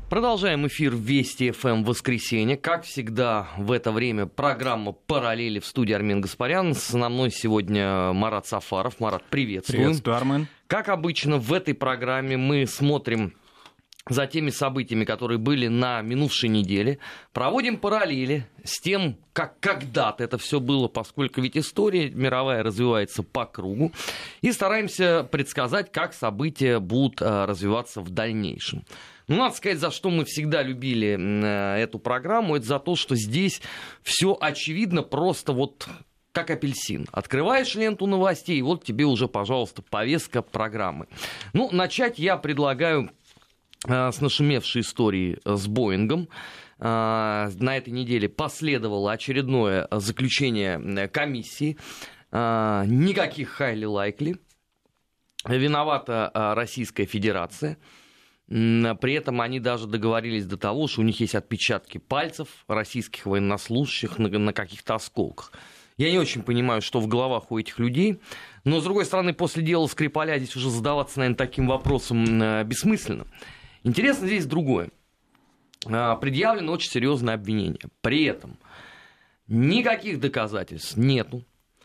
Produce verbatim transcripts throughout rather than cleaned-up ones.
Продолжаем эфир Вести эф эм воскресенье. Как всегда, в это время программа «Параллели» в студии Армен Гаспарян. Со мной сегодня Марат Сафаров. Марат, приветствую. Приветствую, Армен. Как обычно, в этой программе мы смотрим за теми событиями, которые были на минувшей неделе. Проводим параллели с тем, как когда-то это все было, поскольку ведь история мировая развивается по кругу. И стараемся предсказать, как события будут развиваться в дальнейшем. Ну, надо сказать, за что мы всегда любили э, эту программу, это за то, что здесь все очевидно просто вот как апельсин. Открываешь ленту новостей, и вот тебе уже, пожалуйста, повестка программы. Ну, начать я предлагаю э, с нашумевшей истории с Боингом. Э, на этой неделе последовало очередное заключение комиссии. Э, никаких highly likely. Виновата э, Российская Федерация. При этом они даже договорились до того, что у них есть отпечатки пальцев российских военнослужащих на, на каких-то осколках. Я не очень понимаю, что в головах у этих людей. Но, с другой стороны, после дела Скрипаля здесь уже задаваться, наверное, таким вопросом бессмысленно. Интересно здесь другое. Предъявлено очень серьезное обвинение. При этом никаких доказательств нету.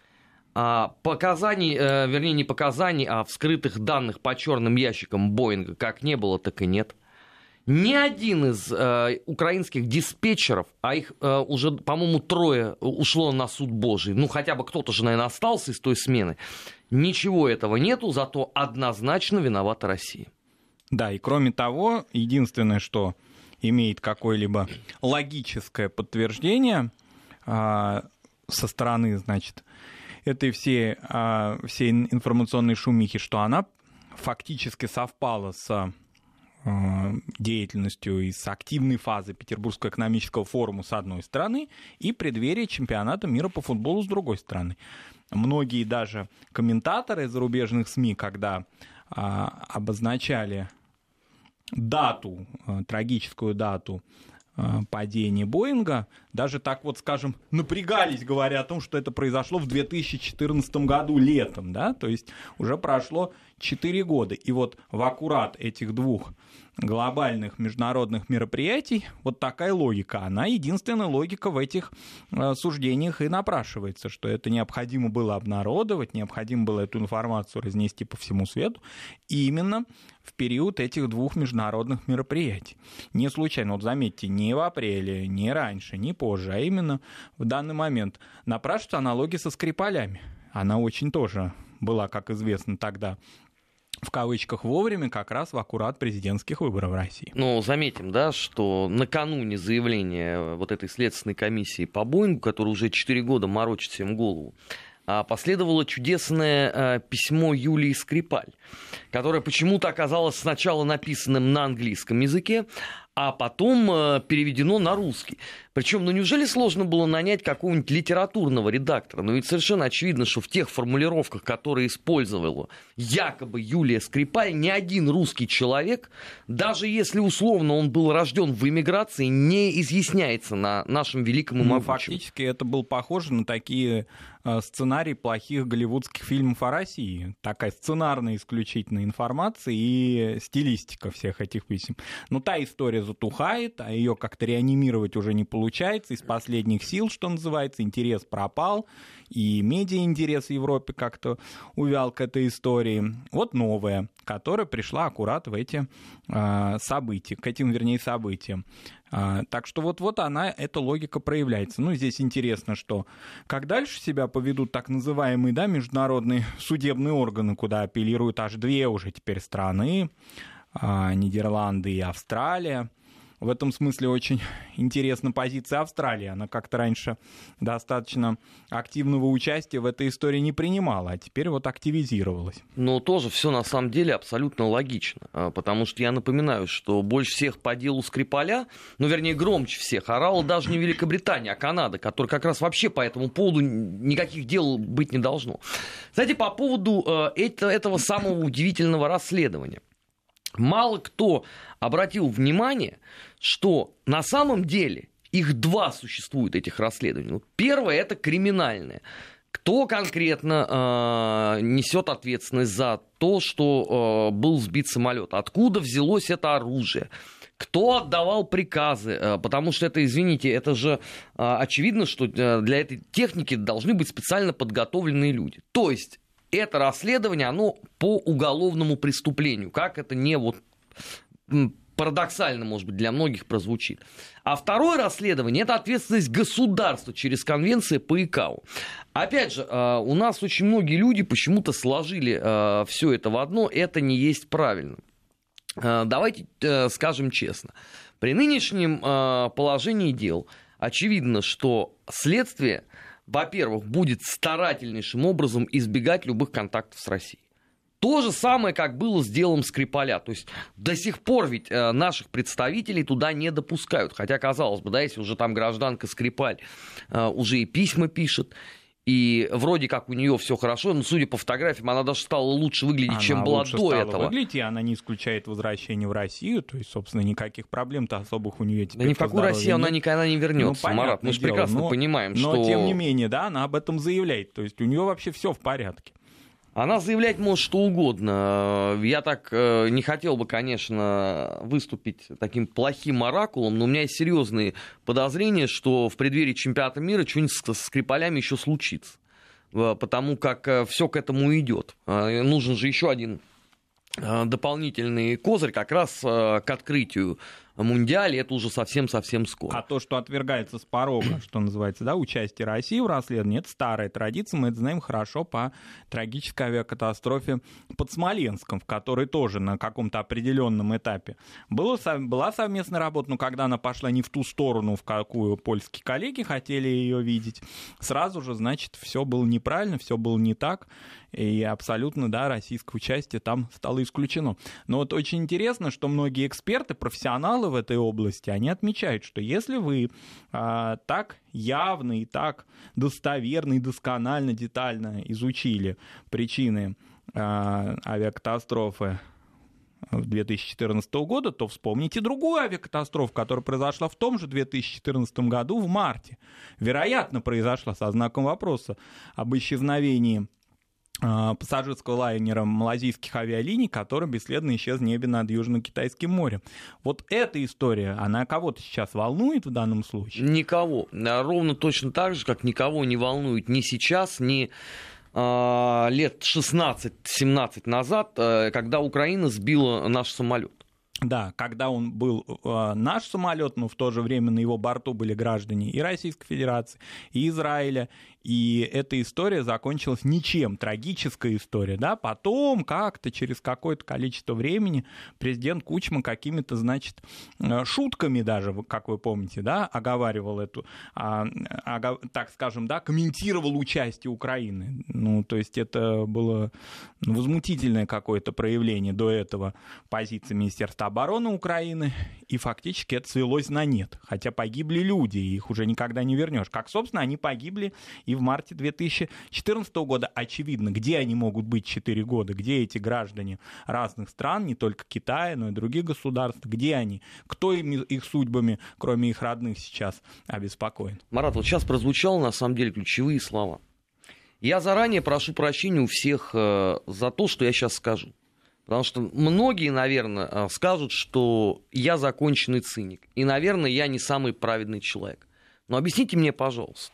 Показаний, вернее, не показаний, а вскрытых данных по черным ящикам Боинга как не было, так и нет. Ни один из э, украинских диспетчеров, а их э, уже, по-моему, трое ушло на суд Божий, ну, хотя бы кто-то же, наверное, остался из той смены, ничего этого нету, зато однозначно виновата Россия. Да, и кроме того, единственное, что имеет какое-либо логическое подтверждение э, со стороны, значит, этой всей, всей информационной шумихи, что она фактически совпала с деятельностью и с активной фазой Петербургского экономического форума с одной стороны и преддверии чемпионата мира по футболу с другой стороны. Многие даже комментаторы зарубежных СМИ, когда обозначали дату, трагическую дату падения Боинга, даже так вот, скажем, напрягались, говоря о том, что это произошло в две тысячи четырнадцатом году летом, да, то есть уже прошло четыре года. И вот в аккурат этих двух глобальных международных мероприятий вот такая логика. Она единственная логика в этих э, суждениях и напрашивается, что это необходимо было обнародовать, необходимо было эту информацию разнести по всему свету именно в период этих двух международных мероприятий. Не случайно, вот заметьте, не в апреле, не раньше, не позже, а именно в данный момент напрашивается аналогия со Скрипалями. Она очень тоже была, как известно тогда, в кавычках вовремя, как раз в аккурат президентских выборов в России. Ну, заметим, да, что накануне заявления вот этой следственной комиссии по Боингу, которая уже четыре года морочит всем голову, последовало чудесное письмо Юлии Скрипаль, которое почему-то оказалось сначала написанным на английском языке, а потом переведено на русский. Причем, ну неужели сложно было нанять какого-нибудь литературного редактора? Ну ведь совершенно очевидно, что в тех формулировках, которые использовала якобы Юлия Скрипаль, ни один русский человек, даже если условно он был рожден в эмиграции, не изъясняется на нашем великом и могучем. Ну, фактически это было похоже на такие сценарии плохих голливудских фильмов о России. Такая сценарная исключительная информация и стилистика всех этих писем. Но та история затухает, а ее как-то реанимировать уже не получается. Из последних сил, что называется, интерес пропал, и медиа-интерес в Европе как-то увял к этой истории. Вот новая, которая пришла аккурат в эти э, события, к этим, вернее, событиям. А, так что вот-вот она, эта логика проявляется. Ну, здесь интересно, что как дальше себя поведут так называемые, да, международные судебные органы, куда апеллируют аж две уже теперь страны, а, Нидерланды и Австралия. В этом смысле очень интересна позиция Австралии. Она как-то раньше достаточно активного участия в этой истории не принимала, а теперь вот активизировалась. Но тоже все на самом деле абсолютно логично. Потому что я напоминаю, что больше всех по делу Скрипаля, ну, вернее, громче всех, орала даже не Великобритания, а Канада, которая как раз вообще по этому поводу никаких дел быть не должно. Кстати, по поводу этого самого удивительного расследования. Мало кто обратил внимание, что на самом деле их два существует, этих расследований. Первое – это криминальное. Кто конкретно э, несет ответственность за то, что э, был сбит самолет? Откуда взялось это оружие? кто отдавал приказы, потому что это, извините, это же очевидно, что для этой техники должны быть специально подготовленные люди. То есть это расследование, оно по уголовному преступлению, как это не вот парадоксально, может быть, для многих прозвучит. А второе расследование – это ответственность государства через конвенции по ИКАО. Опять же, у нас очень многие люди почему-то сложили все это в одно, это не есть правильно. Давайте скажем честно. При нынешнем положении дел очевидно, что следствие, во-первых, будет старательнейшим образом избегать любых контактов с Россией. То же самое, как было с делом Скрипаля. То есть до сих пор ведь наших представителей туда не допускают. Хотя, казалось бы, да, если уже там гражданка Скрипаль уже и письма пишет, и вроде как у нее все хорошо, но судя по фотографиям, она даже стала лучше выглядеть, она чем была до этого. Выглядеть, и она не исключает возвращение в Россию, то есть, собственно, никаких проблем-то особых у нее теперь. Да ни в какую Россию она никогда не вернется, ну, Марат. Мы же прекрасно но, понимаем, но, что. Но тем не менее, да, она об этом заявляет. То есть у нее вообще все в порядке. Она заявлять может что угодно. Я так не хотел бы, конечно, выступить таким плохим оракулом, но у меня есть серьезные подозрения, что в преддверии чемпионата мира что-нибудь с Скрипалями еще случится. Потому как все к этому идет. Нужен же еще один дополнительный козырь как раз к открытию Мундиале, это уже совсем-совсем скоро. А то, что отвергается с порога, что называется, да, участие России в расследовании, это старая традиция, мы это знаем хорошо по трагической авиакатастрофе под Смоленском, в которой тоже на каком-то определенном этапе было, была совместная работа, но когда она пошла не в ту сторону, в какую польские коллеги хотели ее видеть, сразу же, значит, все было неправильно, все было не так, и абсолютно, да, российское участие там стало исключено. Но вот очень интересно, что многие эксперты, профессионалы в этой области, они отмечают, что если вы а, так явно и так достоверно и досконально, детально изучили причины а, авиакатастрофы две тысячи четырнадцатого года, то вспомните другую авиакатастрофу, которая произошла в том же две тысячи четырнадцатом году в марте. Вероятно, произошла со знаком вопроса об исчезновении пассажирского лайнера малазийских авиалиний, который бесследно исчез в небе над Южно-Китайским морем. Вот эта история, она кого-то сейчас волнует в данном случае? Никого. Ровно точно так же, как никого не волнует ни сейчас, ни э, лет шестнадцать-семнадцать назад, э, когда Украина сбила наш самолет. Да, когда он был э, наш самолет, но в то же время на его борту были граждане и Российской Федерации, и Израиля, и эта история закончилась ничем, трагическая история, да, потом как-то через какое-то количество времени президент Кучма какими-то, значит, шутками даже, как вы помните, да, оговаривал эту, а, ого, так скажем, да, комментировал участие Украины, ну, то есть это было возмутительное какое-то проявление до этого позиции Министерства обороны Украины, и фактически это свелось на нет, хотя погибли люди, и их уже никогда не вернешь, как, собственно, они погибли и в марте две тысячи четырнадцатого года. Очевидно, где они могут быть четыре года, где эти граждане разных стран, не только Китая, но и других государств, где они, кто им, их судьбами, кроме их родных, сейчас обеспокоен. Марат, вот сейчас прозвучало, на самом деле, ключевые слова. Я заранее прошу прощения у всех э, за то, что я сейчас скажу. Потому что многие, наверное, скажут, что я законченный циник. И, наверное, я не самый праведный человек. Но объясните мне, пожалуйста.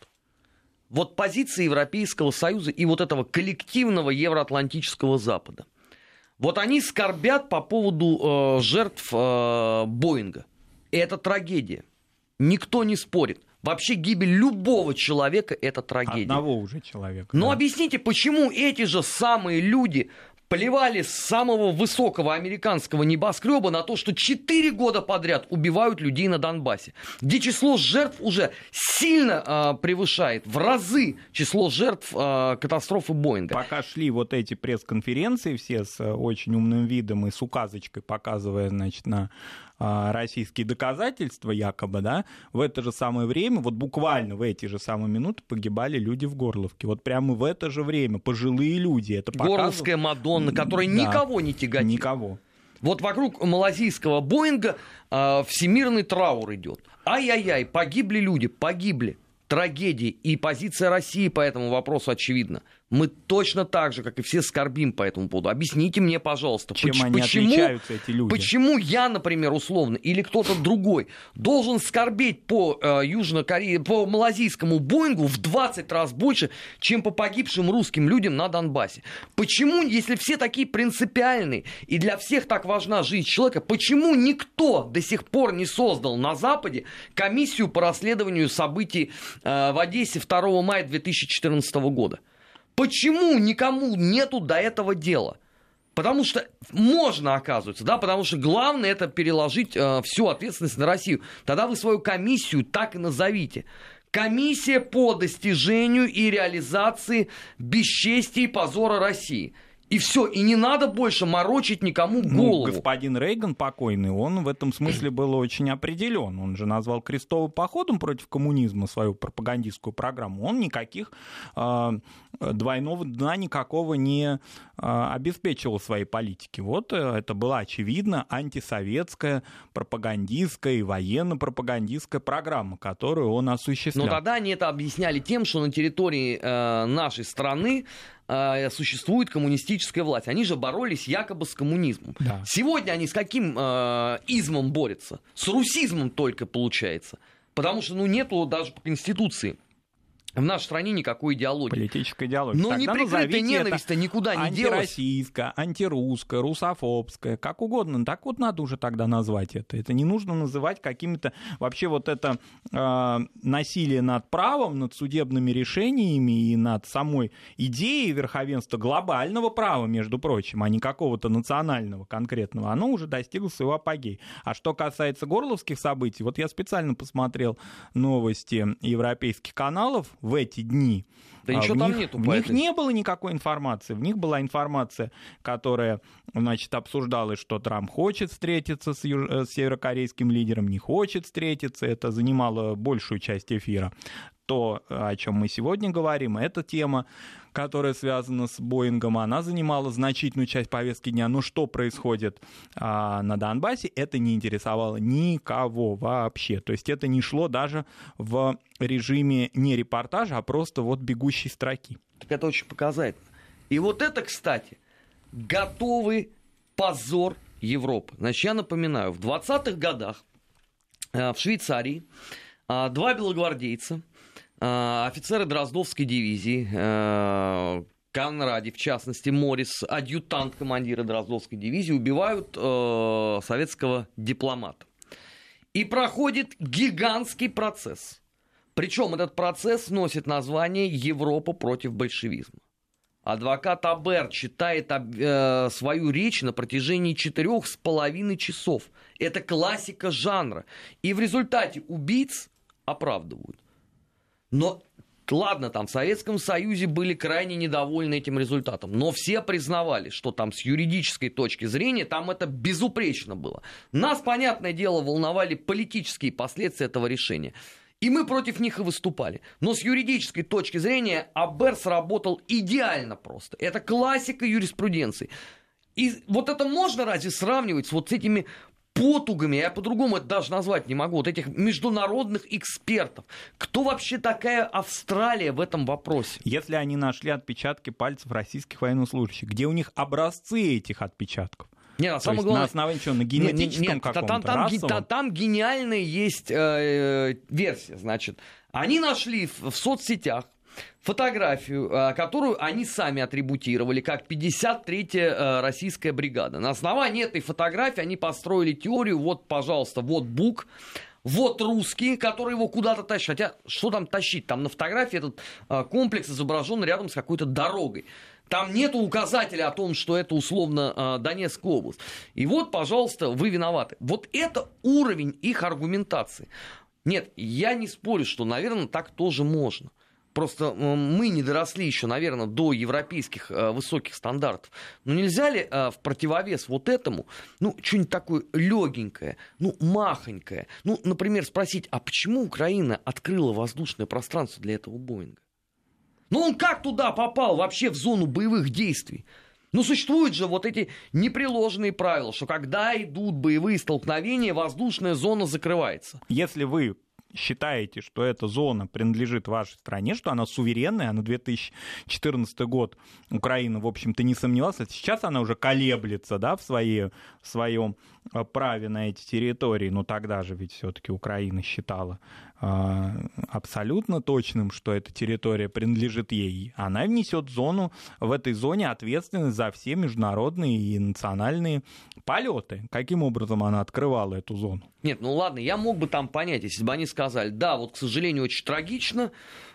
Вот позиция Европейского Союза и вот этого коллективного евроатлантического Запада. Вот они скорбят по поводу э, жертв э, Боинга. Это трагедия. Никто не спорит. Вообще гибель любого человека – это трагедия. Одного уже человека. Но да. Объясните, почему эти же самые люди плевали с самого высокого американского небоскреба на то, что четыре года подряд убивают людей на Донбассе, где число жертв уже сильно э, превышает в разы число жертв э, катастрофы Боинга. Пока шли вот эти пресс-конференции все с очень умным видом и с указочкой, показывая, значит, на российские доказательства якобы, да, в это же самое время, вот буквально в эти же самые минуты погибали люди в Горловке. Вот прямо в это же время пожилые люди. Это Горловская показывает... Мадонна, которая да, никого не тяготит. Никого. Вот вокруг малазийского Боинга э, всемирный траур идет. Ай-яй-яй, погибли люди, погибли. Трагедии. И позиция России по этому вопросу очевидна. Мы точно так же, как и все, скорбим по этому поводу. Объясните мне, пожалуйста, чем поч- они почему, отличаются, эти люди? Почему я, например, условно, или кто-то другой должен скорбеть по э, Южно-Корее, по малазийскому Боингу в двадцать раз больше, чем по погибшим русским людям на Донбассе? Почему, если все такие принципиальные и для всех так важна жизнь человека, почему никто до сих пор не создал на Западе комиссию по расследованию событий э, в Одессе второго мая две тысячи четырнадцатого года? Почему никому нету до этого дела? Потому что можно, оказывается, да, потому что главное это переложить э, всю ответственность на Россию. Тогда вы свою комиссию так и назовите. Комиссия по достижению и реализации бесчестия и позора России. И все, и не надо больше морочить никому голову. Ну, господин Рейган покойный, он в этом смысле был очень определен. Он же назвал крестовым походом против коммунизма свою пропагандистскую программу. Он никаких э, двойного дна никакого не э, обеспечивал в своей политике. Вот э, это была очевидно антисоветская пропагандистская и военно-пропагандистская программа, которую он осуществлял. Но тогда они это объясняли тем, что на территории э, нашей страны существует коммунистическая власть. Они же боролись якобы с коммунизмом. Да. Сегодня они с каким э, измом борются? С русизмом только получается. Потому что ну, нету даже по Конституции в нашей стране никакой идеологии. Политическая идеология. Но неприкрытая ненависть-то никуда не делась. Антироссийская, антирусская, русофобская, как угодно. Так вот надо уже тогда назвать это. Это не нужно называть какими-то... Вообще вот это э, насилие над правом, над судебными решениями и над самой идеей верховенства глобального права, между прочим, а не какого-то национального конкретного, оно уже достигло своего апогея. А что касается горловских событий, вот я специально посмотрел новости европейских каналов в эти дни. Да ничего в там них, нету. В них не было никакой информации. В них была информация, которая, значит, обсуждалась, что Трамп хочет встретиться с, юж... с северокорейским лидером, не хочет встретиться. Это занимало большую часть эфира. То, о чем мы сегодня говорим, эта тема, которая связана с Боингом, она занимала значительную часть повестки дня. Но что происходит а, на Донбассе, это не интересовало никого вообще. То есть это не шло даже в режиме не репортажа, а просто вот бегущей строки. Так это очень показательно. И вот это, кстати, готовый позор Европы. Значит, я напоминаю, в двадцатых годах э, в Швейцарии э, два белогвардейца, офицеры Дроздовской дивизии, Конради, в частности, Моррис, адъютант командира Дроздовской дивизии, убивают э, советского дипломата. И проходит гигантский процесс. Причем этот процесс носит название «Европа против большевизма». Адвокат Абер читает э, свою речь на протяжении четырех с половиной часов. Это классика жанра. И в результате убийц оправдывают. Но, ладно, там в Советском Союзе были крайне недовольны этим результатом, но все признавали, что там с юридической точки зрения там это безупречно было. Нас, понятное дело, волновали политические последствия этого решения. И мы против них и выступали. Но с юридической точки зрения Абер сработал идеально просто. Это классика юриспруденции. И вот это можно разве сравнивать с вот этими потугами, я по-другому это даже назвать не могу, вот этих международных экспертов? Кто вообще такая Австралия в этом вопросе? Если они нашли отпечатки пальцев российских военнослужащих, где у них образцы этих отпечатков? Не, на, самое главное, на основании чего? На генетическом нет, нет, каком-то, там, там, расовом? там, там гениальная есть э, версия, значит. Они нашли в, в соцсетях фотографию, э, которую они сами атрибутировали как пятьдесят третья э, российская бригада. На основании этой фотографии они построили теорию, вот, пожалуйста, вот Бук, вот русские, которые его куда-то тащат. Хотя, что там тащить? Там на фотографии этот э, комплекс изображен рядом с какой-то дорогой. Там нет указателя о том, что это условно э, Донецкая область. И вот, пожалуйста, вы виноваты. Вот это уровень их аргументации. Нет, я не спорю, что, наверное, так тоже можно. Просто мы не доросли еще, наверное, до европейских э, высоких стандартов. Но нельзя ли э, в противовес вот этому, ну, что-нибудь такое легенькое, ну, махонькое, ну, например, спросить, а почему Украина открыла воздушное пространство для этого Боинга? Ну, он как туда попал вообще в зону боевых действий? Ну, существуют же вот эти непреложные правила, что когда идут боевые столкновения, воздушная зона закрывается. Если вы считаете, что эта зона принадлежит вашей стране, что она суверенная, а на две тысячи четырнадцатый год Украина, в общем-то, не сомневалась, а сейчас она уже колеблется, да, в, своей, в своем праве на эти территории, но тогда же ведь все-таки Украина считала э, абсолютно точным, что эта территория принадлежит ей. Она внесет зону, в этой зоне ответственность за все международные и национальные полеты. Каким образом она открывала эту зону? Нет, ну ладно, я мог бы там понять, если бы они сказали, да, вот, к сожалению, очень трагично,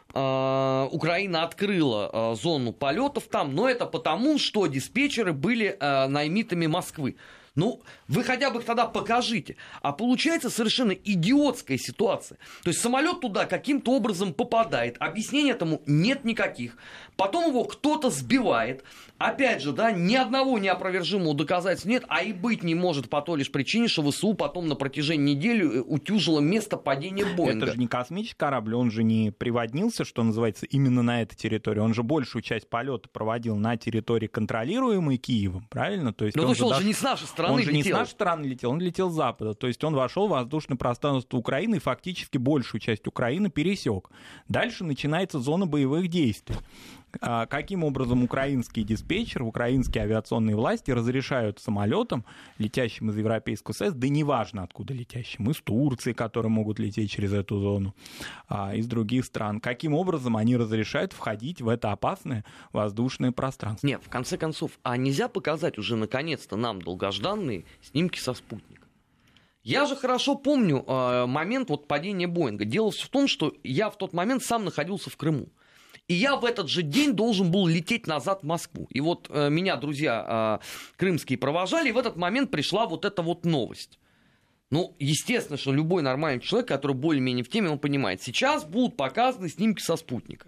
э, Украина открыла э, зону полетов там, но это потому, что диспетчеры были э, наймитами Москвы. Ну, вы хотя бы тогда покажите. А получается совершенно идиотская ситуация. То есть самолет туда каким-то образом попадает. Объяснений этому нет никаких. Потом его кто-то сбивает. Опять же, да, ни одного неопровержимого доказательства нет, а и быть не может по той лишь причине, что ВСУ потом на протяжении недели утюжило место падения Боинга. Это же не космический корабль, он же не приводнился, что называется, именно на этой территории. Он же большую часть полета проводил на территории, контролируемой Киевом, правильно? То есть Но он, он же, же даже... не с нашей стороны он летел. же не с нашей стороны летел, он летел с запада. То есть он вошел в воздушное пространство Украины и фактически большую часть Украины пересек. Дальше начинается зона боевых действий. Каким образом украинские диспетчеры, украинские авиационные власти разрешают самолетам, летящим из Европейского Союза, да неважно откуда летящим, из Турции, которые могут лететь через эту зону, из других стран, каким образом они разрешают входить в это опасное воздушное пространство? Нет, в конце концов, а нельзя показать уже наконец-то нам долгожданные снимки со спутника? Я же хорошо помню э, момент вот падения Боинга. Дело все в том, что я в тот момент сам находился в Крыму. И я в этот же день должен был лететь назад в Москву. И вот э, меня друзья э, крымские провожали, и в этот момент пришла вот эта вот новость. Ну, естественно, что любой нормальный человек, который более-менее в теме, он понимает, сейчас будут показаны снимки со спутника.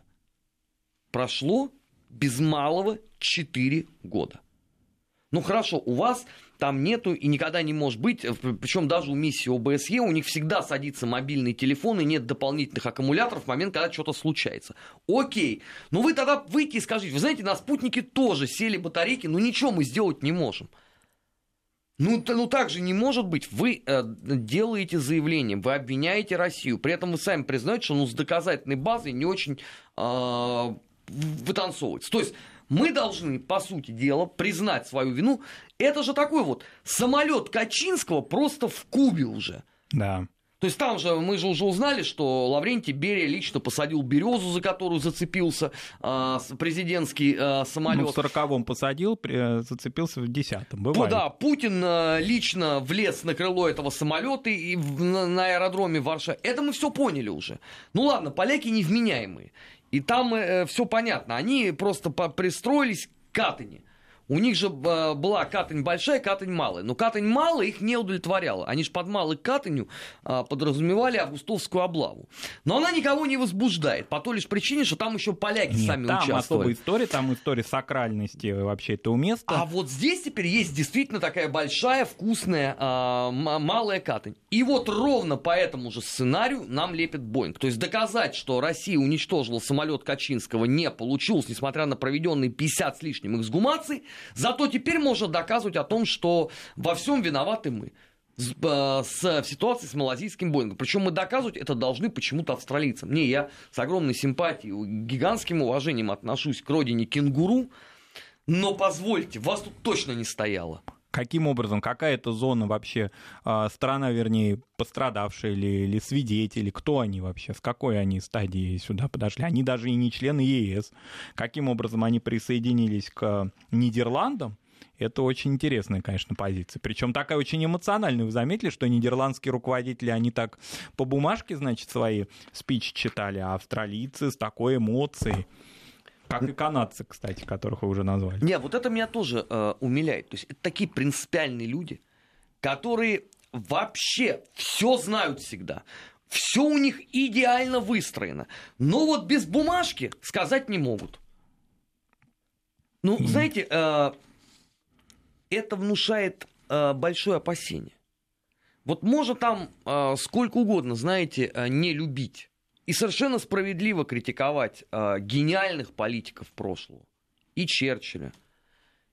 Прошло без малого четыре года. Ну хорошо, у вас там нету и никогда не может быть, причем даже у миссии О Бэ Эс Е у них всегда садится мобильный телефон и нет дополнительных аккумуляторов в момент, когда что-то случается. Окей, но вы тогда выйдите и скажите, вы знаете, на спутнике тоже сели батарейки, но ничего мы сделать не можем. Ну, ну так же не может быть. Вы э, делаете заявление, вы обвиняете Россию, при этом вы сами признаете, что ну, с доказательной базой не очень э, вытанцовывается. То есть мы должны, по сути дела, признать свою вину. Это же такой вот самолет Качинского просто в Кубе уже. Да. То есть там же мы же уже узнали, что Лаврентий Берия лично посадил березу, за которую зацепился э, президентский э, самолет. Ну, в сороковом посадил, зацепился в десятом. Бывает. Ну да, Путин э, лично влез на крыло этого самолета и в, на, на аэродроме в Варшаве. Это мы все поняли уже. Ну ладно, поляки невменяемые. И там э, все понятно. Они просто пристроились к Катыни. У них же э, была Катынь большая, Катынь малая. Но Катынь малая их не удовлетворяла. Они же под малой Катынью э, подразумевали августовскую облаву. Но она никого не возбуждает. По той лишь причине, что там еще поляки Нет, сами там участвовали. Там особая история, там история сакральности вообще этого места. А вот здесь теперь есть действительно такая большая, вкусная, э, малая Катынь. И вот ровно по этому же сценарию нам лепит Боинг. То есть доказать, что Россия уничтожила самолет Качинского, не получилось, несмотря на проведенные пятьдесят с лишним эксгумаций. Зато теперь можно доказывать о том, что во всем виноваты мы. С, с, в ситуации с малазийским Боингом. Причем мы доказывать это должны почему-то австралийцам. Не, я с огромной симпатией, гигантским уважением отношусь к родине кенгуру, но позвольте, вас тут точно не стояло. Каким образом, какая это зона вообще, страна, вернее, пострадавшая или, или свидетели, кто они вообще, с какой они стадии сюда подошли? Они даже и не члены Е Эс. Каким образом они присоединились к Нидерландам? Это очень интересная, конечно, позиция. Причем такая очень эмоциональная. Вы заметили, что нидерландские руководители, они так по бумажке, значит, свои спичи читали, а австралийцы с такой эмоцией. Как и канадцы, кстати, которых вы уже назвали. Не, вот это меня тоже э, умиляет. То есть это такие принципиальные люди, которые вообще все знают всегда. Все у них идеально выстроено. Но вот без бумажки сказать не могут. Ну, mm. знаете, э, это внушает э, большое опасение. Вот можно там э, сколько угодно, знаете, э, не любить. И совершенно справедливо критиковать э, гениальных политиков прошлого. И Черчилля,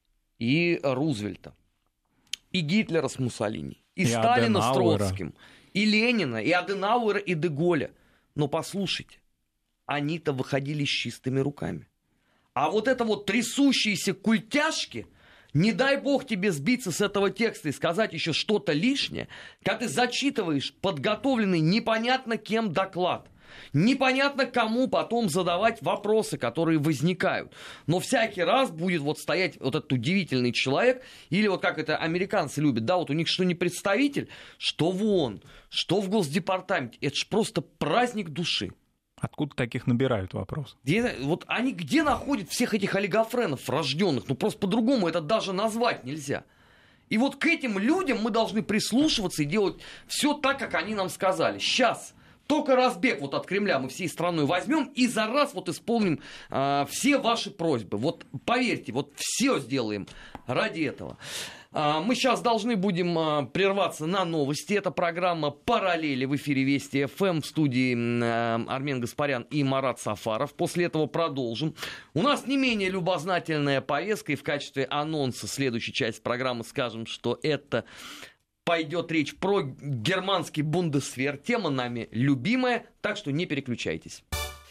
и Рузвельта, и Гитлера с Муссолини, и, и Сталина с Троцким, и Ленина, и Аденауэра, и де Голля. Но послушайте, они-то выходили с чистыми руками. А вот это вот трясущиеся культяшки, не дай бог тебе сбиться с этого текста и сказать еще что-то лишнее, когда ты зачитываешь подготовленный непонятно кем доклад. Непонятно кому потом задавать вопросы, которые возникают. Но всякий раз будет вот стоять вот этот удивительный человек, или вот как это американцы любят, да, вот у них что не представитель, что в ООН, что в Госдепартаменте. Это же просто праздник души. Откуда таких набирают вопрос? Где, вот они где находят всех этих олигофренов рожденных? Ну просто по-другому это даже назвать нельзя. И вот к этим людям мы должны прислушиваться и делать все так, как они нам сказали. Сейчас только разбег вот от Кремля мы всей страной возьмем и за раз вот исполним э, все ваши просьбы. Вот поверьте, вот все сделаем ради этого. Э, мы сейчас должны будем э, прерваться на новости. Это программа «Параллели» в эфире Вести эф эм, в студии э, Армен Гаспарян и Марат Сафаров. После этого продолжим. У нас не менее любознательная повестка, и в качестве анонса следующей части программы скажем, что это... Пойдет речь про германский бундесвер. Тема нами любимая, так что не переключайтесь.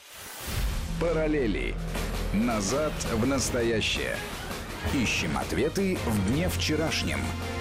Параллели. Назад в настоящее. Ищем ответы в дне вчерашнем.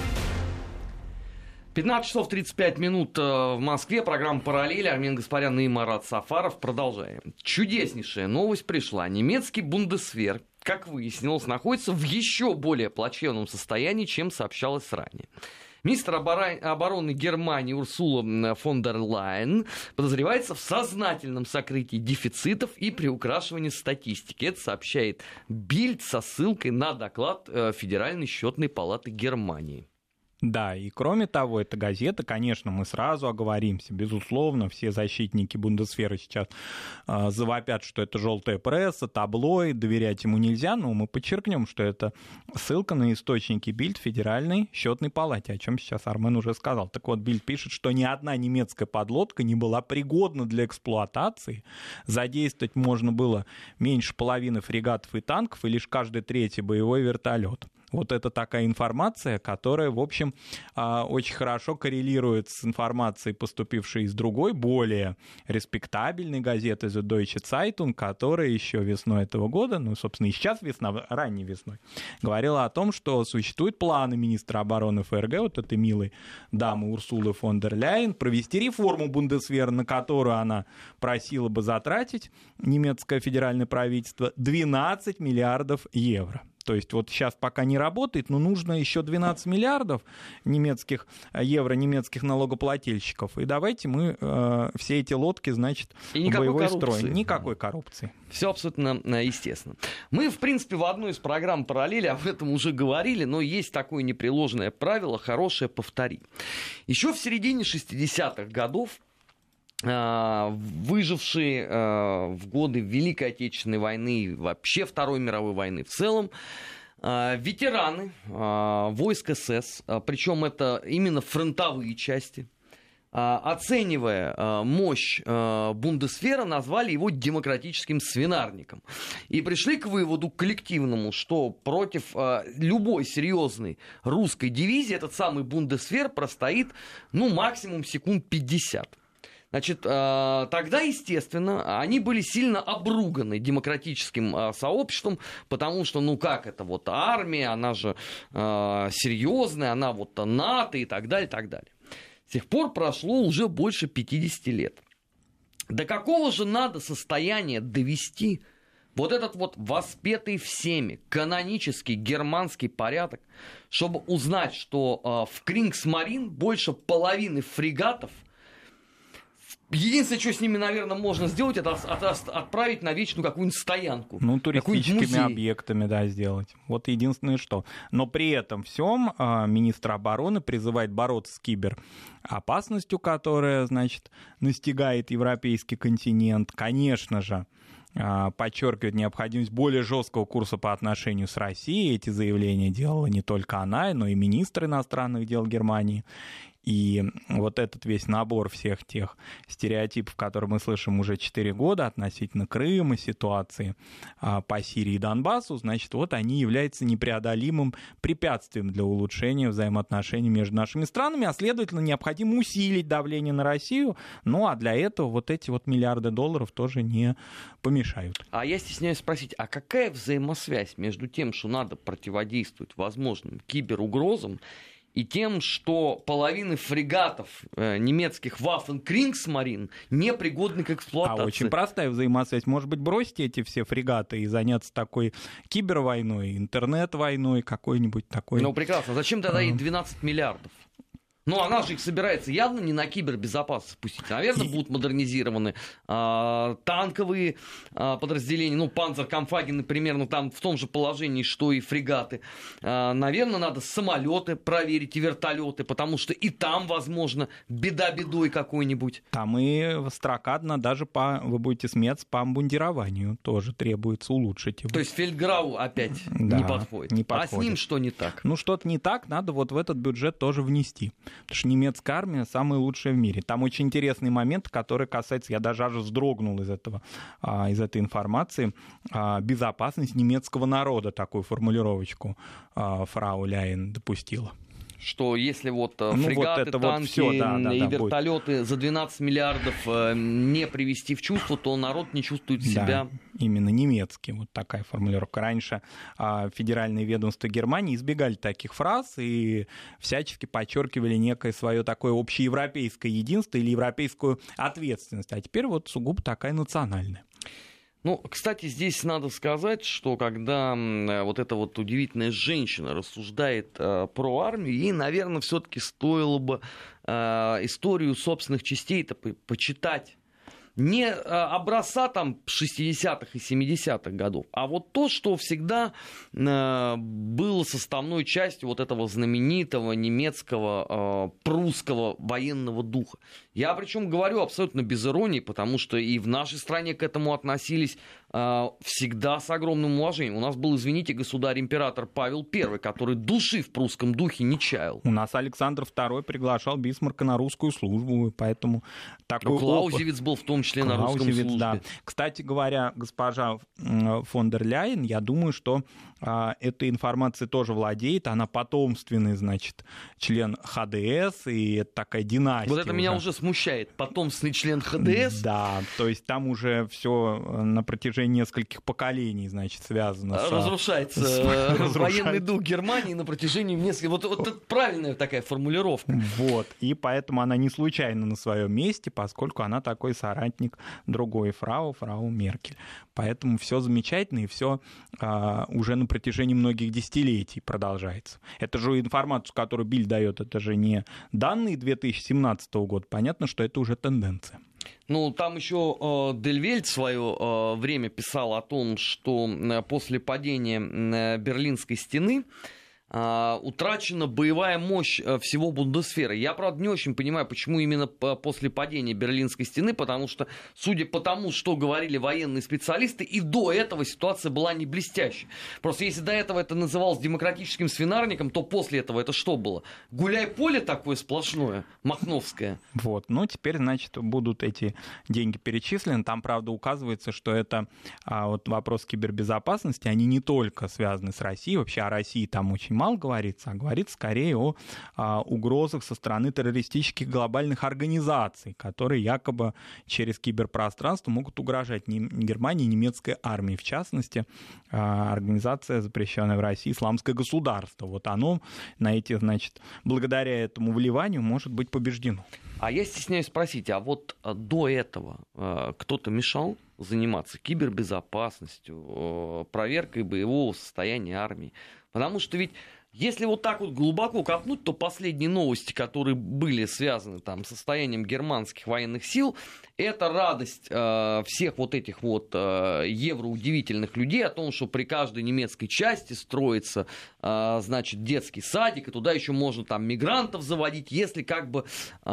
пятнадцать часов тридцать пять минут в Москве. Программа «Параллели». Армен Гаспарян и Марат Сафаров. Продолжаем. Чудеснейшая новость пришла. Немецкий бундесвер, как выяснилось, находится в еще более плачевном состоянии, чем сообщалось ранее. Министр обороны Германии Урсула фон дер Лайен подозревается в сознательном сокрытии дефицитов и приукрашивании статистики. Это сообщает Бильд со ссылкой на доклад Федеральной счетной палаты Германии. Да, и кроме того, эта газета, конечно, мы сразу оговоримся, безусловно, все защитники бундесвера сейчас э, завопят, что это желтая пресса, таблоид, доверять ему нельзя, но мы подчеркнем, что это ссылка на источники Бильд Федеральной счетной палате, о чем сейчас Армен уже сказал. Так вот, Бильд пишет, что ни одна немецкая подлодка не была пригодна для эксплуатации, задействовать можно было меньше половины фрегатов и танков, и лишь каждый третий боевой вертолет. Вот это такая информация, которая, в общем, очень хорошо коррелирует с информацией, поступившей из другой, более респектабельной газеты The Deutsche Zeitung, которая еще весной этого года, ну, собственно, и сейчас весна, ранней весной, говорила о том, что существуют планы министра обороны ФРГ, вот этой милой дамы Урсулы фон дер Ляйен, провести реформу бундесвера, на которую она просила бы затратить немецкое федеральное правительство двенадцать миллиардов евро. То есть вот сейчас пока не работает, но нужно еще двенадцать миллиардов немецких, евро немецких налогоплательщиков. И давайте мы э, все эти лодки, значит, в боевой строй. Никакой коррупции. Все абсолютно естественно. Мы, в принципе, в одной из программ «Параллели» об этом уже говорили, но есть такое непреложное правило «хорошее повтори». Еще в середине шестидесятых годов выжившие в годы Великой Отечественной войны и вообще Второй мировой войны в целом, ветераны войск СС, причем это именно фронтовые части, оценивая мощь бундесвера, назвали его демократическим свинарником. И пришли к выводу коллективному, что против любой серьезной русской дивизии этот самый бундесвер простоит, ну, максимум секунд пятьдесят. Значит, тогда, естественно, они были сильно обруганы демократическим сообществом, потому что, ну как это, вот армия, она же серьезная, она вот НАТО и так далее, и так далее. С тех пор прошло уже больше пятьдесят лет. До какого же надо состояния довести вот этот вот воспетый всеми канонический германский порядок, чтобы узнать, что в Кригсмарин больше половины фрегатов. Единственное, что с ними, наверное, можно сделать, это отправить на вечную какую-нибудь стоянку. Ну, туристическими объектами, да, сделать. Вот единственное, что. Но при этом всем министр обороны призывает бороться с киберопасностью, которая, значит, настигает европейский континент. Конечно же, подчеркивает необходимость более жесткого курса по отношению с Россией. Эти заявления делала не только она, но и министр иностранных дел Германии. И вот этот весь набор всех тех стереотипов, которые мы слышим уже четыре года относительно Крыма, ситуации по Сирии и Донбассу, значит, вот они являются непреодолимым препятствием для улучшения взаимоотношений между нашими странами, а следовательно, необходимо усилить давление на Россию, ну а для этого вот эти вот миллиарды долларов тоже не помешают. А я стесняюсь спросить, а какая взаимосвязь между тем, что надо противодействовать возможным киберугрозам, и тем, что половина фрегатов э, немецких Waffen Kriegsmarine непригодны к эксплуатации? А очень простая взаимосвязь. Может быть, бросьте эти все фрегаты и заняться такой кибервойной, интернет-войной, какой-нибудь такой. Ну, прекрасно. Зачем тогда ей двенадцать миллиардов? Ну, она же их собирается явно не на кибербезопасность пустить. Наверное, будут модернизированы э, танковые э, подразделения. Ну, Панцеркамфаген, примерно там в том же положении, что и фрегаты. Э, наверное, надо самолеты проверить и вертолеты, потому что и там, возможно, беда бедой какой-нибудь. Там и строкадно даже по, вы будете смеяться, по обмундированию тоже требуется улучшить его. То есть Фельдграу опять да, не подходит. не подходит. А с ним что не так? Ну, что-то не так, надо вот в этот бюджет тоже внести. Потому что немецкая армия самая лучшая в мире. Там очень интересный момент, который касается, я даже аж вздрогнул из этого, из этой информации, безопасность немецкого народа, такую формулировочку фрау Ляйен допустила. Что если вот ну, фрегаты, вот танки вот всё, да, да, и да, вертолеты будет. За двенадцать миллиардов не привести в чувство, то народ не чувствует себя... Да, именно немецкий, вот такая формулировка. Раньше а, федеральные ведомства Германии избегали таких фраз и всячески подчеркивали некое свое такое общеевропейское единство или европейскую ответственность. А теперь вот сугубо такая национальная. Ну, кстати, здесь надо сказать, что когда вот эта вот удивительная женщина рассуждает э, про армию, ей, наверное, все-таки стоило бы э, историю собственных частей-то по- почитать. Не э, образца там шестидесятых и семидесятых годов, а вот то, что всегда э, было составной частью вот этого знаменитого немецкого, э, прусского военного духа. Я причем говорю абсолютно без иронии, потому что и в нашей стране к этому относились э, всегда с огромным уважением. У нас был, извините, государь-император Павел Первый, который души в прусском духе не чаял. У нас Александр Второй приглашал Бисмарка на русскую службу, поэтому такой опыт... Клаузевиц был в том числе на русском службе. Да. Кстати говоря, госпожа фон дер Ляйен, я думаю, что а, этой информацией тоже владеет. Она потомственный, значит, член ха дэ эс, и это такая династия. Вот это уже. меня уже смущает. Потомственный член ха дэ эс. Да, то есть там уже все на протяжении нескольких поколений, значит, связано с... Разрушается с... военный дух Германии на протяжении нескольких... Вот, вот это правильная такая формулировка. Вот, и поэтому она не случайно на своем месте, поскольку она такой соратник другой фрау, фрау Меркель. Поэтому все замечательно, и все а, уже на протяжении многих десятилетий продолжается. Это же информацию, которую Биль дает, это же не данные две тысячи семнадцатого года. Понятно, что это уже тенденция. Ну, там еще э, Дель Вельт в свое э, время писал о том, что э, после падения э, Берлинской стены Uh, утрачена боевая мощь uh, всего Бундесвера. Я, правда, не очень понимаю, почему именно uh, после падения Берлинской стены, потому что, судя по тому, что говорили военные специалисты, и до этого ситуация была не блестящей. Просто если до этого это называлось демократическим свинарником, то после этого это что было? Гуляй-поле такое сплошное, махновское. Вот, ну теперь, значит, будут эти деньги перечислены. Там, правда, указывается, что это а, вот вопрос кибербезопасности, они не только связаны с Россией, вообще о России там очень мало говорится, а говорится скорее о а, угрозах со стороны террористических глобальных организаций, которые якобы через киберпространство могут угрожать не Германии, немецкой армии. В частности, а, организация, запрещенная в России, Исламское государство. Вот оно на эти, значит, благодаря этому вливанию может быть побеждено. А я стесняюсь спросить, а вот до этого а, кто-то мешал заниматься кибербезопасностью, проверкой боевого состояния армии? Потому что ведь если вот так вот глубоко копнуть, то последние новости, которые были связаны там, с состоянием германских военных сил, это радость э, всех вот этих вот э, евроудивительных людей о том, что при каждой немецкой части строится, э, значит, детский садик, и туда еще можно там мигрантов заводить, если как бы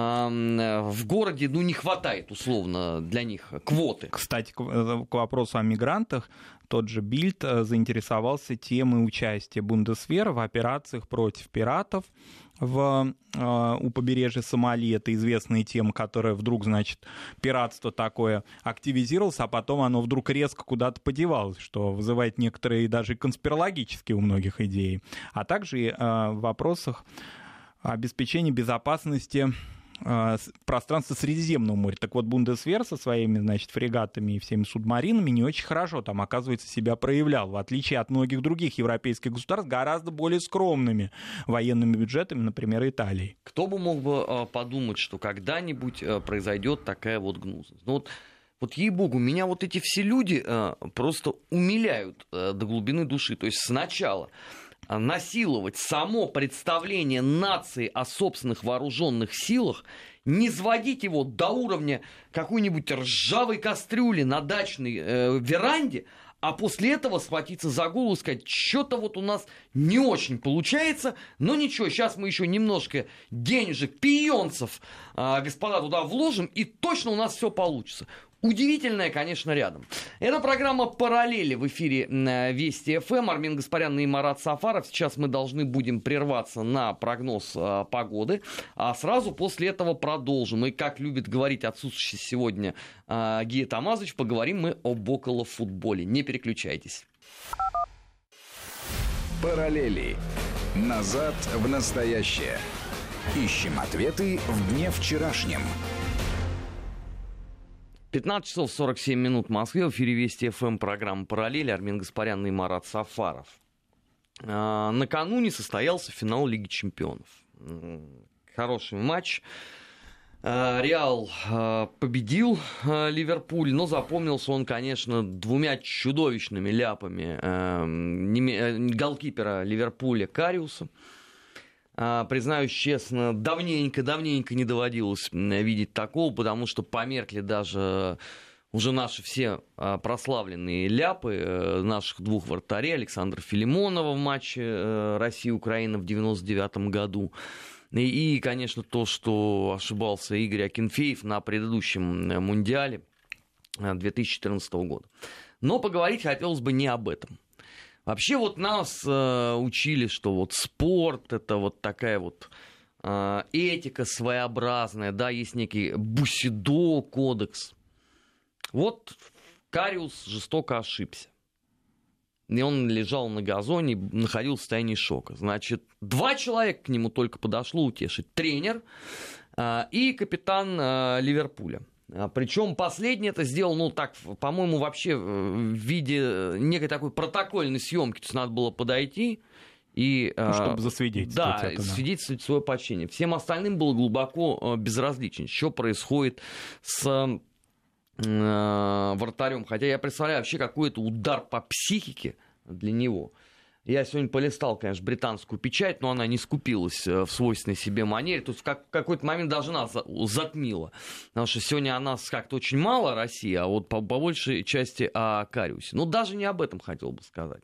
э, в городе, ну, не хватает условно для них квоты. Кстати, к, к вопросу о мигрантах, тот же Бильд заинтересовался темой участия Бундесвера в операции операциях против пиратов в, э, у побережья Сомали. Это известная тема, которая вдруг, значит, пиратство такое активизировалось, а потом оно вдруг резко куда-то подевалось, что вызывает некоторые даже конспирологические у многих идеи. А также э, в вопросах обеспечения безопасности пространство Средиземного моря. Так вот, Бундесвер со своими, значит, фрегатами и всеми субмаринами не очень хорошо там, оказывается, себя проявлял, в отличие от многих других европейских государств, гораздо более скромными военными бюджетами, например, Италии. Кто бы мог бы подумать, что когда-нибудь произойдет такая вот гнусность? Ну вот, вот ей-богу, меня вот эти все люди просто умиляют до глубины души. То есть сначала насиловать само представление нации о собственных вооруженных силах, не сводить его до уровня какой-нибудь ржавой кастрюли на дачной э, веранде, а после этого схватиться за голову и сказать, что-то вот у нас не очень получается, но ничего, сейчас мы еще немножко денежек, пионцев, э, господа, туда вложим, и точно у нас все получится. Удивительное, конечно, рядом. Это программа «Параллели» в эфире Вести ФМ. Армин Гаспарян и Марат Сафаров. Сейчас мы должны будем прерваться на прогноз а, погоды. А сразу после этого продолжим. И, как любит говорить отсутствующий сегодня а, Гия Тамазович, поговорим мы об околофутболе. Не переключайтесь. «Параллели». Назад в настоящее. Ищем ответы в дне вчерашнем. пятнадцать часов сорок семь минут в Москве. В эфире Вести ФМ, программа «Параллели». Армин Гаспарян и Марат Сафаров. А, накануне состоялся финал Лиги Чемпионов. Хороший матч. А, Реал а, победил а, Ливерпуль, но запомнился он, конечно, двумя чудовищными ляпами а, неме... голкипера Ливерпуля Кариуса. Uh, признаюсь честно, давненько-давненько не доводилось видеть такого, потому что померкли даже уже наши все uh, прославленные ляпы uh, наших двух вратарей, Александра Филимонова в матче uh, Россия-Украина в девяносто девятом году. И, и, конечно, то, что ошибался Игорь Акинфеев на предыдущем uh, Мундиале uh, две тысячи четырнадцатого года. Но поговорить хотелось бы не об этом. Вообще вот нас э, учили, что вот спорт — это вот такая вот э, этика своеобразная, да, есть некий бусидо-кодекс. Вот Кариус жестоко ошибся. И он лежал на газоне, находился в состоянии шока. Значит, два человека к нему только подошло утешить. Тренер э, и капитан э, Ливерпуля. Причем последний это сделал, ну так, по-моему, вообще в виде некой такой протокольной съемки. То есть надо было подойти и... Ну, чтобы засвидетельствовать да, это. Да, свидетельствовать свое почтение. Всем остальным было глубоко безразлично, что происходит с э, вратарем. Хотя я представляю вообще какой-то удар по психике для него. Я сегодня полистал, конечно, британскую печать, но она не скупилась в свойственной себе манере. То есть в какой-то момент даже нас затмила. Потому что сегодня о нас как-то очень мало, России, а вот по, по большей части о Кариусе. Но даже не об этом хотел бы сказать.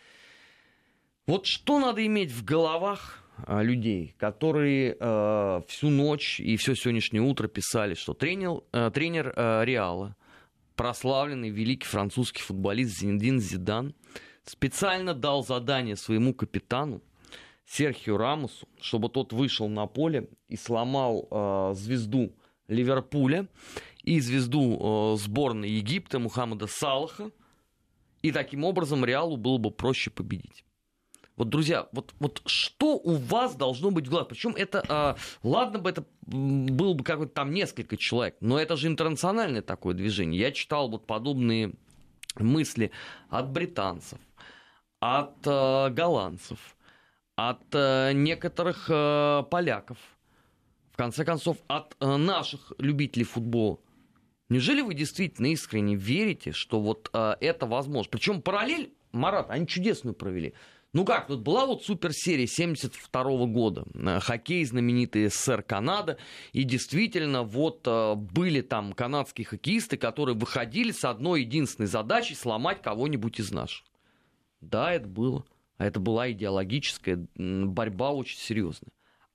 Вот что надо иметь в головах людей, которые э, всю ночь и все сегодняшнее утро писали, что тренер, э, тренер э, Реала, прославленный великий французский футболист Зинедин Зидан, специально дал задание своему капитану Серхио Рамосу, чтобы тот вышел на поле и сломал э, звезду Ливерпуля и звезду э, сборной Египта Мухаммеда Салаха, и таким образом Реалу было бы проще победить. Вот, друзья, вот, вот что у вас должно быть в голове? Причем это, э, ладно бы это было бы какое-то там несколько человек, но это же интернациональное такое движение. Я читал вот подобные мысли от британцев, от э, голландцев, от э, некоторых э, поляков, в конце концов, от э, наших любителей футбола. Неужели вы действительно искренне верите, что вот э, это возможно? Причем параллель, Марат, они чудесную провели. Ну как, тут была вот суперсерия семьдесят второго года, хоккей, знаменитый СССР Канада, и действительно вот были там канадские хоккеисты, которые выходили с одной единственной задачей — сломать кого-нибудь из наших. Да, это было, а это была идеологическая борьба очень серьезная.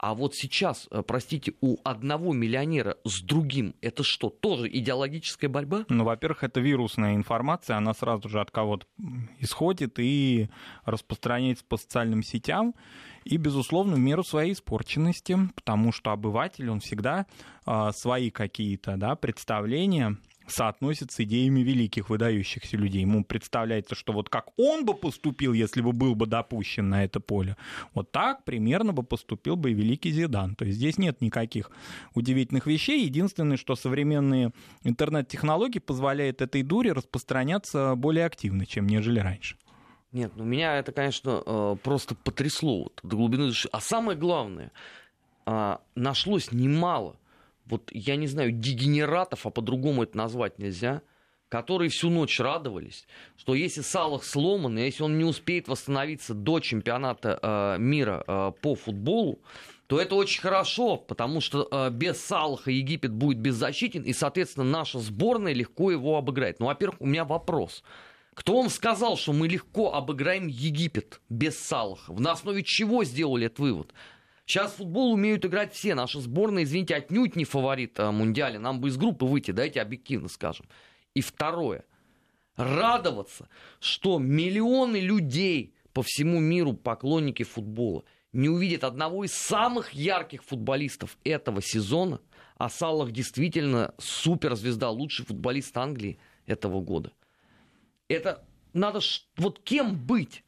А вот сейчас, простите, у одного миллионера с другим, это что, тоже идеологическая борьба? Ну, во-первых, это вирусная информация, она сразу же от кого-то исходит и распространяется по социальным сетям, и, безусловно, в меру своей испорченности, потому что обыватель, он всегда э, свои какие-то, да, представления соотносит с идеями великих, выдающихся людей. Ему представляется, что вот как он бы поступил, если бы был бы допущен на это поле, вот так примерно бы поступил бы и великий Зидан. То есть здесь нет никаких удивительных вещей. Единственное, что современные интернет-технологии позволяют этой дуре распространяться более активно, чем нежели раньше. Нет, ну меня это, конечно, просто потрясло вот, до глубины души. А самое главное, нашлось немало, вот я не знаю, дегенератов, а по-другому это назвать нельзя, которые всю ночь радовались, что если Салах сломан, и если он не успеет восстановиться до чемпионата э, мира э, по футболу, то это очень хорошо, потому что э, без Салаха Египет будет беззащитен, и, соответственно, наша сборная легко его обыграет. Ну, во-первых, у меня вопрос. Кто вам сказал, что мы легко обыграем Египет без Салаха? На основе чего сделали этот вывод? Сейчас в футбол умеют играть все. Наша сборная, извините, отнюдь не фаворит в Мундиале. Нам бы из группы выйти, давайте объективно скажем. И второе. Радоваться, что миллионы людей по всему миру, поклонники футбола, не увидят одного из самых ярких футболистов этого сезона, а Салах действительно суперзвезда, лучший футболист Англии этого года. Это надо вот кем быть?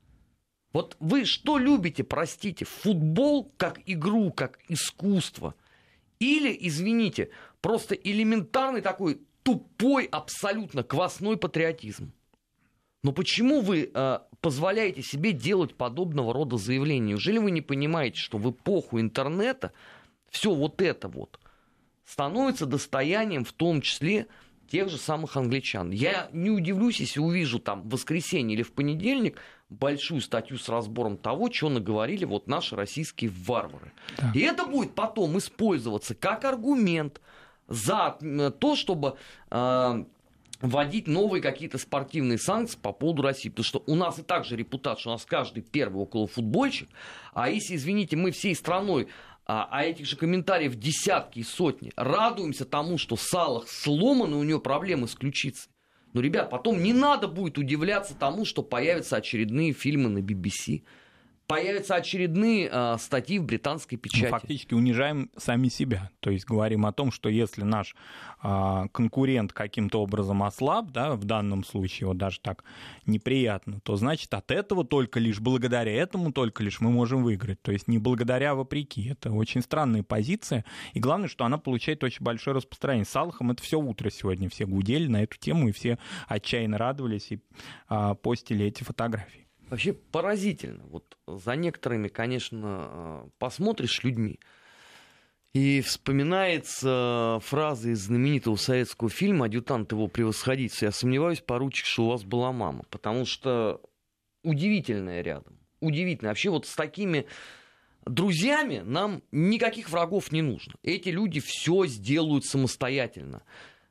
Вот вы что любите, простите, футбол как игру, как искусство? Или, извините, просто элементарный такой тупой, абсолютно квасной патриотизм? Но почему вы э, позволяете себе делать подобного рода заявления? Неужели вы не понимаете, что в эпоху интернета все вот это вот становится достоянием в том числе тех же самых англичан? Я не удивлюсь, если увижу там в воскресенье или в понедельник большую статью с разбором того, что наговорили вот наши российские варвары. Да. И это будет потом использоваться как аргумент за то, чтобы э, вводить новые какие-то спортивные санкции по поводу России. Потому что у нас и так же репутация, у нас каждый первый околофутбольщик. А если, извините, мы всей страной, а, а этих же комментариев десятки и сотни, радуемся тому, что Салах сломан, и у него проблемы с ключицей. Но, ребят, потом не надо будет удивляться тому, что появятся очередные фильмы на би би си, появятся очередные э, статьи в британской печати. Мы фактически унижаем сами себя. То есть говорим о том, что если наш э, конкурент каким-то образом ослаб, да, в данном случае, вот даже так неприятно, то значит от этого только лишь, благодаря этому только лишь мы можем выиграть. То есть не благодаря, а вопреки. Это очень странная позиция. И главное, что она получает очень большое распространение. С Салахом это все утро сегодня. Все гудели на эту тему, и все отчаянно радовались и э, постили эти фотографии. Вообще поразительно. Вот за некоторыми, конечно, посмотришь людьми, и вспоминается фраза из знаменитого советского фильма «Адъютант его превосходительства». Я сомневаюсь, поручик, что у вас была мама, потому что удивительная рядом. Удивительно. Вообще вот с такими друзьями нам никаких врагов не нужно. Эти люди все сделают самостоятельно.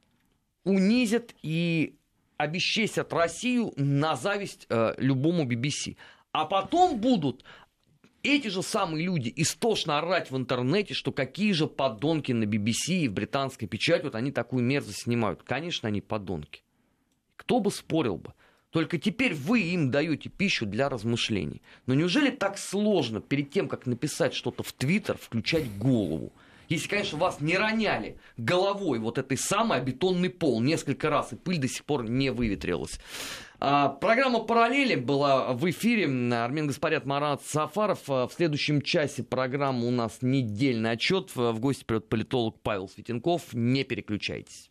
Унизят и обесчестят Россию на зависть э, любому би би си. А потом будут эти же самые люди истошно орать в интернете, что какие же подонки на би би си и в британской печати, вот они такую мерзость снимают. Конечно, они подонки. Кто бы спорил бы. Только теперь вы им даете пищу для размышлений. Но неужели так сложно перед тем, как написать что-то в Твиттер, включать голову? Если, конечно, вас не роняли головой вот этой самой, а бетонный пол несколько раз, и пыль до сих пор не выветрилась. А, программа «Параллели» была в эфире. Армен Гаспарян, Марат Сафаров. В следующем часе программа у нас недельный отчет. В гости придет политолог Павел Светенков. Не переключайтесь.